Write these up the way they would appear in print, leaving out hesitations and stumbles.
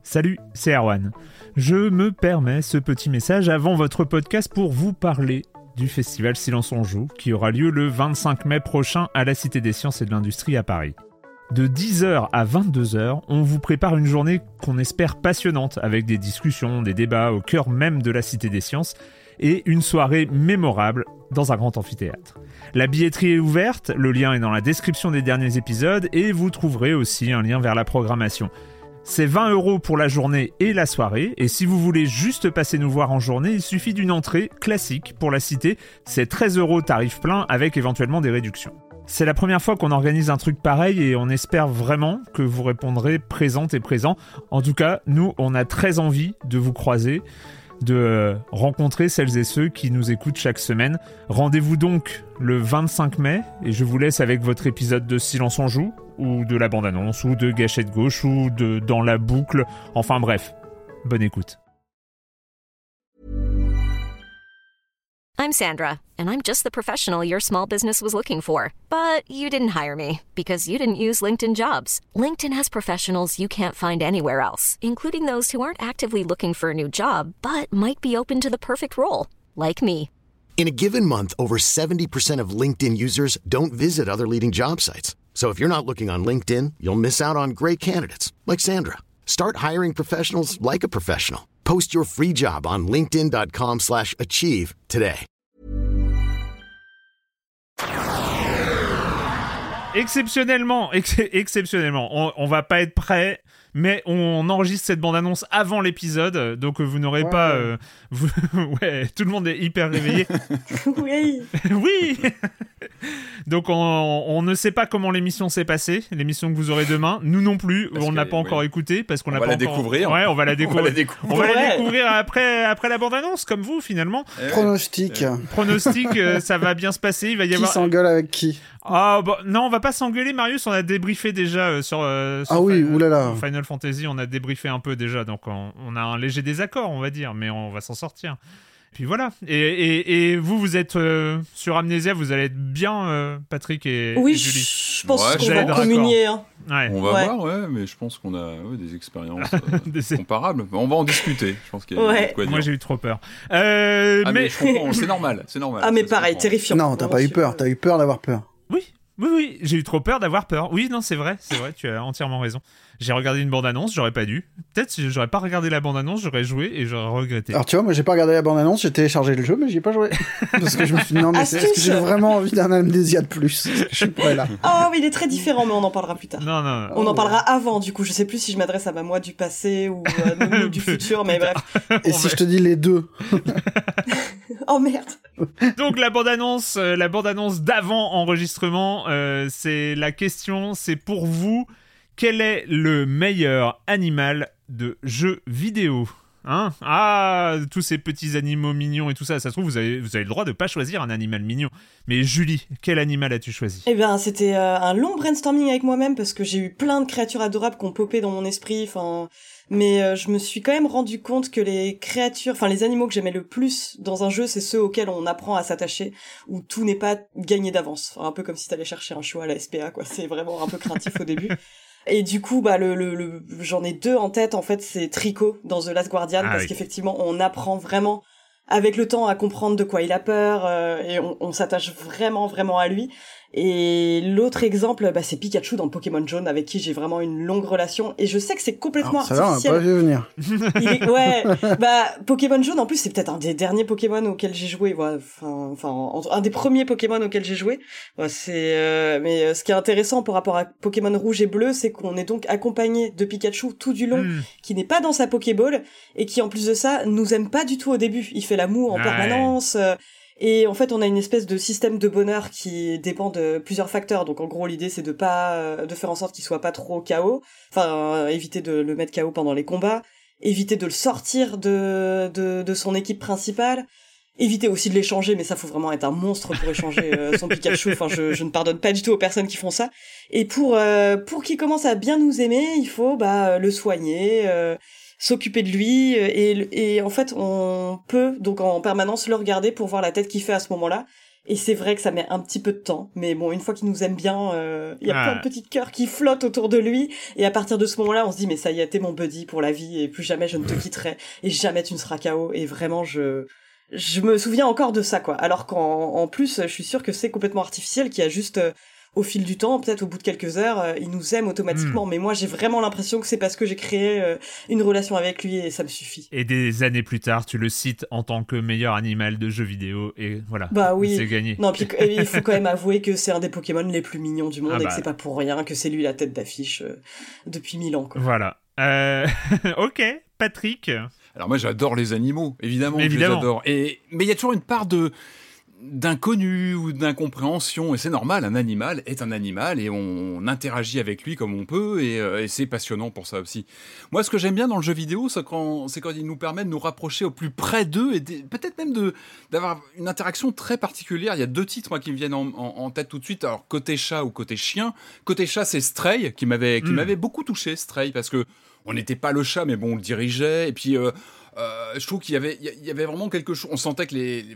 Salut, c'est Erwan. Je me permets ce petit message avant votre podcast pour vous parler du festival Silence on Joue qui aura lieu le 25 mai prochain à la Cité des Sciences et de l'Industrie à Paris. De 10h à 22h, on vous prépare une journée qu'on espère passionnante avec des discussions, des débats au cœur même de la Cité des Sciences et une soirée mémorable dans un grand amphithéâtre. La billetterie est ouverte, le lien est dans la description des derniers épisodes et vous trouverez aussi un lien vers la programmation. C'est 20 € pour la journée et la soirée, et si vous voulez juste passer nous voir en journée, il suffit d'une entrée classique pour la Cité, c'est 13 € tarif plein avec éventuellement des réductions. C'est la première fois qu'on organise un truc pareil et on espère vraiment que vous répondrez présentes et présents. En tout cas, nous, on a très envie de vous croiser, de rencontrer celles et ceux qui nous écoutent chaque semaine. Rendez-vous donc le 25 mai et je vous laisse avec votre épisode de Silence on Joue, ou de la bande-annonce, ou de Gâchette Gauche, ou de Dans la boucle. Enfin bref, bonne écoute. I'm Sandra, and I'm just the professional your small business was looking for. But you didn't hire me, because you didn't use LinkedIn Jobs. LinkedIn has professionals you can't find anywhere else, including those who aren't actively looking for a new job, but might be open to the perfect role, like me. In a given month, over 70% of LinkedIn users don't visit other leading job sites. So if you're not looking on LinkedIn, you'll miss out on great candidates like Sandra. Start hiring professionals like a professional. Post your free job on linkedin.com/achieve today. Exceptionnellement, on va pas être prêt, mais on enregistre cette bande-annonce avant l'épisode, donc vous n'aurez pas... ouais, tout le monde est hyper réveillé. Oui. Oui. Donc on ne sait pas comment l'émission s'est passée, l'émission que vous aurez demain. Nous non plus, on n'a pas encore écouté parce qu'on n'a pas encore... découvrir. Ouais, on va la découvrir. On va la Ouais. découvrir après la bande-annonce, comme vous finalement. Pronostic. Pronostic, ça va bien se passer. Il va y Qui avoir. s'engueule avec qui? Ah bah non, on va pas s'engueuler, Marius. On a débriefé déjà sur Ah oui, oulala. Final Fantasy. On a débriefé un peu déjà, donc on a un léger désaccord, on va dire, mais on va s'en sortir. Puis voilà. Et vous êtes sur Amnésia, vous allez être bien, Patrick et Oui, Julie. je pense Ouais, qu'on j'allais va d'accord. communier. Hein. Ouais. On va Ouais. voir, ouais, mais je pense qu'on a des expériences Des- comparables. On va en discuter. Je pense qu'il y a Ouais. de quoi dire. Moi j'ai eu trop peur. Ah, mais je comprends, c'est normal. Ah, mais ça se pareil, comprend. terrifiant. Non, t'as pas eu peur, t'as eu peur d'avoir peur. Oui, j'ai eu trop peur d'avoir peur. Oui, non, c'est vrai, tu as entièrement raison. J'ai regardé une bande-annonce, j'aurais pas dû. Peut-être si j'aurais pas regardé la bande-annonce, j'aurais joué et j'aurais regretté. Alors tu vois, moi j'ai pas regardé la bande-annonce, j'ai téléchargé le jeu, mais j'y ai pas joué. Parce que je me suis dit, non, mais est-ce que Astuce. j'ai vraiment envie d'un Amnésia de plus? Parce que je suis pas là. Oh, mais il est très différent, mais on en parlera plus tard. Non. On en parlera avant, du coup. Je sais plus si je m'adresse à ma moi du passé ou à nous du futur, mais bref. Et si je te dis les deux? Oh merde. Donc la bande-annonce d'avant enregistrement, c'est la question, c'est pour vous, quel est le meilleur animal de jeu vidéo? Hein? Ah, tous ces petits animaux mignons et tout ça, ça se trouve, vous avez le droit de pas choisir un animal mignon. Mais Julie, quel animal as-tu choisi? Eh bien, c'était un long brainstorming avec moi-même parce que j'ai eu plein de créatures adorables qui ont popé dans mon esprit. Enfin, mais je me suis quand même rendu compte que les animaux que j'aimais le plus dans un jeu, c'est ceux auxquels on apprend à s'attacher, où tout n'est pas gagné d'avance. Enfin, un peu comme si t'allais chercher un choix à la SPA, quoi. C'est vraiment un peu craintif au début. Et du coup, bah, j'en ai deux en tête, en fait, c'est Trico dans The Last Guardian, parce oui. qu'effectivement, on apprend vraiment, avec le temps, à comprendre de quoi il a peur, et on s'attache vraiment, vraiment à lui. Et l'autre exemple, bah, c'est Pikachu dans Pokémon Jaune, avec qui j'ai vraiment une longue relation, et je sais que c'est complètement Alors, ça va, on a artificiel. pas vu venir. Ouais, bah, Pokémon Jaune, en plus, c'est peut-être un des derniers Pokémon auxquels j'ai joué, ouais, un des premiers Pokémon auxquels j'ai joué. Ouais, mais ce qui est intéressant par rapport à Pokémon Rouge et Bleu, c'est qu'on est donc accompagné de Pikachu tout du long, qui n'est pas dans sa Pokéball, et qui, en plus de ça, nous aime pas du tout au début. Il fait l'amour en permanence, et en fait, on a une espèce de système de bonheur qui dépend de plusieurs facteurs. Donc, en gros, l'idée, c'est de faire en sorte qu'il soit pas trop KO. Enfin, éviter de le mettre KO pendant les combats. Éviter de le sortir de son équipe principale. Éviter aussi de l'échanger, mais ça, faut vraiment être un monstre pour échanger son Pikachu. Enfin, je ne pardonne pas du tout aux personnes qui font ça. Et pour qu'il commence à bien nous aimer, il faut, le soigner, s'occuper de lui, et en fait on peut donc en permanence le regarder pour voir la tête qu'il fait à ce moment-là, Et c'est vrai que ça met un petit peu de temps, mais bon, une fois qu'il nous aime bien, il y a plein de petits cœurs qui flottent autour de lui, et à partir de ce moment-là, on se dit, mais ça y est, t'es mon buddy pour la vie, et plus jamais je ne te quitterai, et jamais tu ne seras KO, et vraiment, je me souviens encore de ça, quoi. Alors qu'en plus, je suis sûre que c'est complètement artificiel, qu'il y a juste, au fil du temps, peut-être au bout de quelques heures, il nous aime automatiquement. Mais moi, j'ai vraiment l'impression que c'est parce que j'ai créé une relation avec lui et ça me suffit. Et des années plus tard, tu le cites en tant que meilleur animal de jeu vidéo et voilà. Bah oui. C'est gagné. Non, puis il faut quand même avouer que c'est un des Pokémon les plus mignons du monde et que c'est pas pour rien que c'est lui la tête d'affiche depuis 1000 ans, quoi. Voilà. Ok, Patrick. Alors moi, j'adore les animaux, évidemment. Je les adore. Mais il y a toujours une part d'inconnu ou d'incompréhension, et c'est normal, un animal est un animal et on interagit avec lui comme on peut, et c'est passionnant pour ça aussi. Moi, ce que j'aime bien dans le jeu vidéo, c'est quand il nous permet de nous rapprocher au plus près d'eux et peut-être même d'avoir une interaction très particulière. Il y a 2 titres moi qui me viennent en tête tout de suite. Alors côté chat ou côté chien. Côté chat, c'est Stray qui m'avait beaucoup touché, Stray, parce que on n'était pas le chat, mais bon, on le dirigeait, et puis je trouve qu'il y avait vraiment quelque chose. On sentait que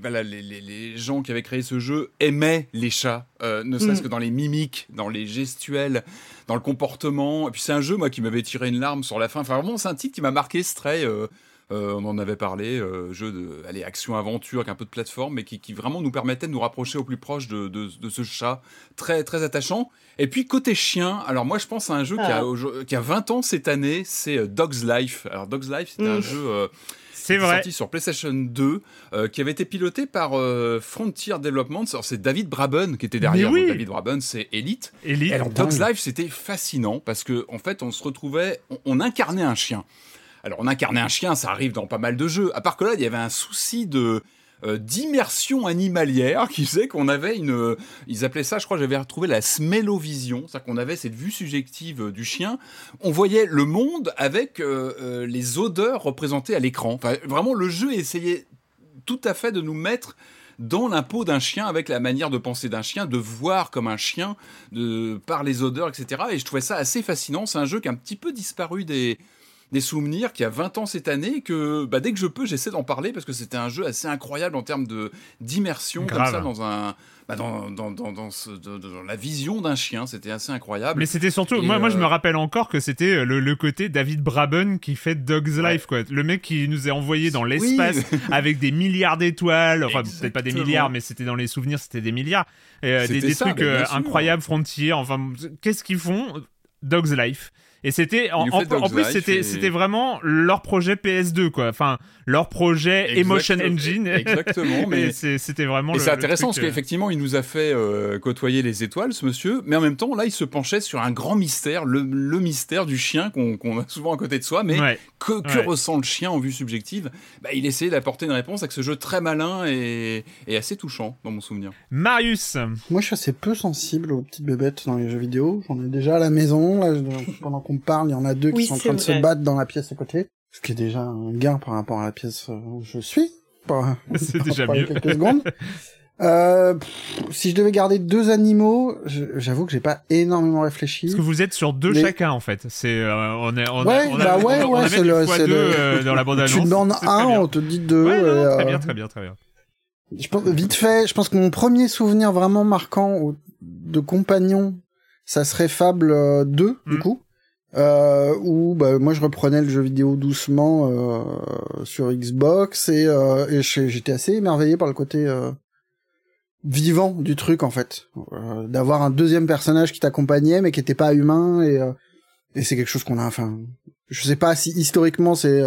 les gens qui avaient créé ce jeu aimaient les chats, ne serait-ce que dans les mimiques, dans les gestuels, dans le comportement. Et puis c'est un jeu, moi, qui m'avait tiré une larme sur la fin. Enfin, vraiment, c'est un titre qui m'a marqué, Stray. On en avait parlé, jeu de action-aventure avec un peu de plateforme, mais qui vraiment nous permettait de nous rapprocher au plus proche de ce chat très, très attachant. Et puis côté chien, alors moi je pense à un jeu qui a 20 ans cette année, c'est Dog's Life. Alors Dog's Life, c'était un jeu c'est vrai, sorti sur PlayStation 2, qui avait été piloté par Frontier Development. Alors c'est David Braben qui était derrière. Oui. David Braben, c'est Elite. Et alors Dog's Life, c'était fascinant parce que en fait on se retrouvait, on incarnait un chien. Alors, on incarnait un chien, ça arrive dans pas mal de jeux. À part que là, il y avait un souci d'immersion animalière qui faisait qu'on avait ils appelaient ça, je crois, j'avais retrouvé la smellovision. C'est-à-dire qu'on avait cette vue subjective du chien. On voyait le monde avec les odeurs représentées à l'écran. Enfin, vraiment, le jeu essayait tout à fait de nous mettre dans la peau d'un chien, avec la manière de penser d'un chien, de voir comme un chien, par les odeurs, etc. Et je trouvais ça assez fascinant. C'est un jeu qui a un petit peu disparu des souvenirs, qui a 20 ans cette année, que dès que je peux, j'essaie d'en parler, parce que c'était un jeu assez incroyable en termes d'immersion, comme ça, dans la vision d'un chien. C'était assez incroyable. Mais c'était surtout, moi je me rappelle encore que c'était le côté David Braben qui fait Dog's Life, quoi. Le mec qui nous est envoyé dans l'espace avec des milliards d'étoiles, enfin peut-être pas des milliards, mais c'était dans les souvenirs, c'était des milliards, des trucs incroyables, Frontier, enfin qu'est-ce qu'ils font? Dog's Life. Et c'était en plus c'était vraiment leur projet PS2, quoi. Enfin leur projet Emotion Engine. Exactement. Mais c'était vraiment. Et c'est intéressant parce qu'effectivement il nous a fait côtoyer les étoiles, ce monsieur. Mais en même temps là il se penchait sur un grand mystère, le mystère du chien qu'on a souvent à côté de soi. Mais que ressent le chien en vue subjective? Il essayait d'apporter une réponse avec ce jeu très malin et assez touchant dans mon souvenir. Marius. Moi je suis assez peu sensible aux petites bébêtes dans les jeux vidéo. J'en ai déjà à la maison là pendant qu'on parle, il y en a 2 qui sont en train de se battre dans la pièce à côté, ce qui est déjà un gain par rapport à la pièce où je suis. C'est déjà mieux. Quelques secondes. Si je devais garder 2 animaux, j'avoue que j'ai pas énormément réfléchi. Parce que vous êtes sur 2 chacun en fait. C'est on a c'est le dans la bande annonce. Tu demandes un, on te dit 2. Ouais, très bien. Je pense vite fait, je pense que mon premier souvenir vraiment marquant de compagnon, ça serait Fable 2 du coup. Où moi je reprenais le jeu vidéo doucement sur Xbox et j'étais assez émerveillé par le côté vivant du truc en fait, d'avoir un deuxième personnage qui t'accompagnait mais qui était pas humain, et c'est quelque chose qu'on a, enfin je sais pas si historiquement c'est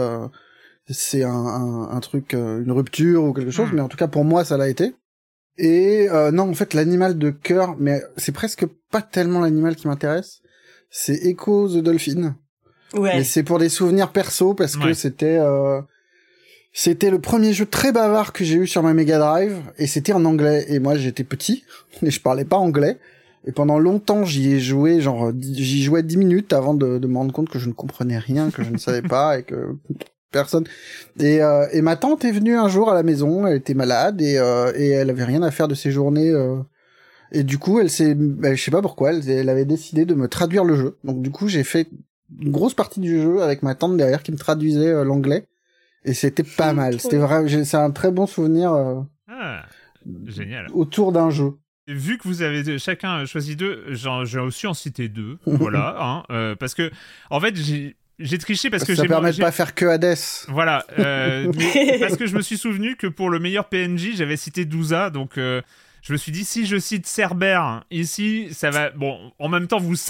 un truc, une rupture ou quelque chose, mais en tout cas pour moi ça l'a été. Et non, en fait l'animal de cœur, mais c'est presque pas tellement l'animal qui m'intéresse, c'est Echo the Dolphin. Ouais. Mais c'est pour des souvenirs perso, parce que c'était le premier jeu très bavard que j'ai eu sur ma Mega Drive, et c'était en anglais. Et moi, j'étais petit, et je parlais pas anglais. Et pendant longtemps, j'y jouais 10 minutes avant de me rendre compte que je ne comprenais rien, que je ne savais pas, et que personne. Et ma tante est venue un jour à la maison, elle était malade, et elle avait rien à faire de ses journées, et du coup, je sais pas pourquoi, elle avait décidé de me traduire le jeu. Donc du coup, j'ai fait une grosse partie du jeu avec ma tante derrière qui me traduisait l'anglais. Et c'était pas mal. C'était vrai, c'est un très bon souvenir Génial. Autour d'un jeu. Vu que vous avez chacun choisi 2, j'ai aussi en cité 2. Voilà, parce que en fait j'ai triché parce que ça permet de pas faire que Hades. Voilà, mais parce que je me suis souvenu que pour le meilleur PNJ, j'avais cité Douza, donc je me suis dit si je cite Cerbère ici, ça va. Bon, en même temps, vous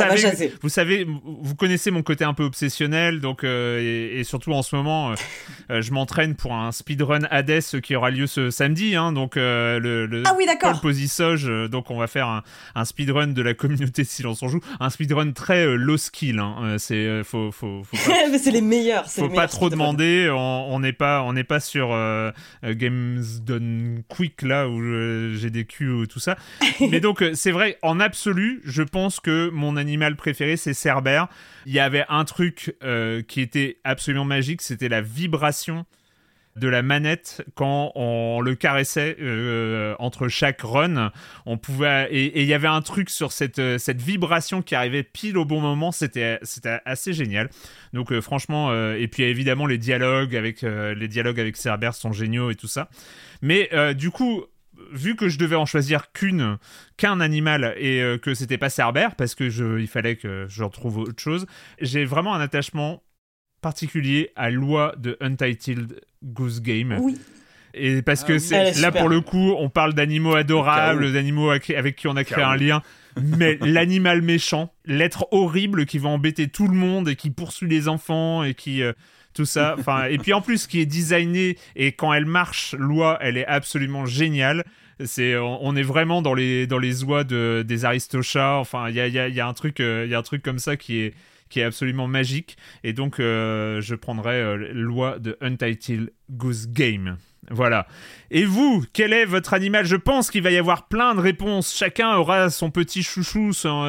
connaissez mon côté un peu obsessionnel, donc et surtout en ce moment, je m'entraîne pour un speedrun Hades qui aura lieu ce samedi, donc le ah oui, d'accord. Paul Posisoge, donc on va faire un speedrun de la communauté de Silence on Joue, un speedrun très low skill, c'est faut pas, mais c'est les meilleurs. Faut pas trop demander, on n'est pas sur Games Done Quick là où j'ai des culs ou tout ça. Mais donc c'est vrai, en absolu, je pense que mon animal préféré c'est Cerbère. Il y avait un truc qui était absolument magique, c'était la vibration de la manette quand on le caressait entre chaque run. On pouvait et il y avait un truc sur cette vibration qui arrivait pile au bon moment. C'était assez génial. Donc franchement, et puis évidemment les dialogues avec Cerbère sont géniaux et tout ça. Mais du coup, vu que je devais en choisir qu'un animal et que c'était pas Cerbère parce que il fallait que j'en trouve autre chose, j'ai vraiment un attachement particulier à Loi de Untitled Goose Game. Oui. Et parce que c'est là pour le coup, on parle d'animaux adorables, d'animaux avec qui on a créé un lien, mais l'animal méchant, l'être horrible qui va embêter tout le monde et qui poursuit les enfants et qui tout ça, enfin, et puis en plus qui est designé et quand elle marche, Loi, elle est absolument géniale. On est vraiment dans les oies des Aristochats. Enfin, il y a un truc comme ça qui est absolument magique. Et donc, je prendrai Loi de Untitled Goose Game. Voilà. Et vous, quel est votre animal ? Je pense qu'il va y avoir plein de réponses. Chacun aura son petit chouchou,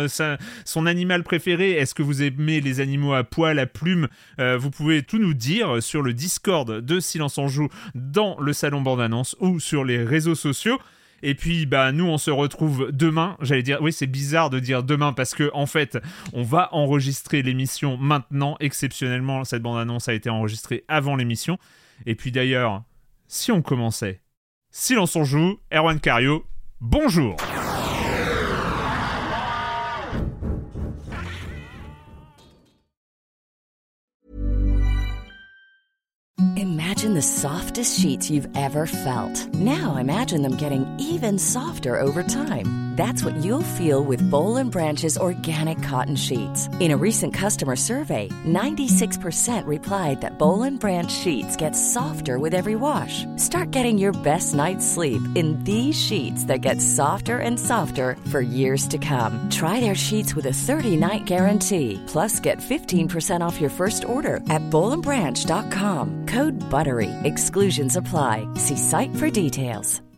son animal préféré. Est-ce que vous aimez les animaux à poil, à plumes ? Vous pouvez tout nous dire sur le Discord de Silence on Joue dans le salon bande-annonce ou sur les réseaux sociaux. Et puis, nous, on se retrouve demain. J'allais dire, oui, c'est bizarre de dire demain parce que, en fait, on va enregistrer l'émission maintenant. Exceptionnellement, cette bande-annonce a été enregistrée avant l'émission. Et puis d'ailleurs, si on commençait, Silence on Joue, Erwan Cario, bonjour. Imagine the softest sheets you've ever felt. Now imagine them getting even softer over time. That's what you'll feel with Boll & Branch's organic cotton sheets. In a recent customer survey, 96% replied that Boll & Branch sheets get softer with every wash. Start getting your best night's sleep in these sheets that get softer and softer for years to come. Try their sheets with a 30-night guarantee. Plus, get 15% off your first order at bollandbranch.com. Code BUTTERY. Exclusions apply. See site for details.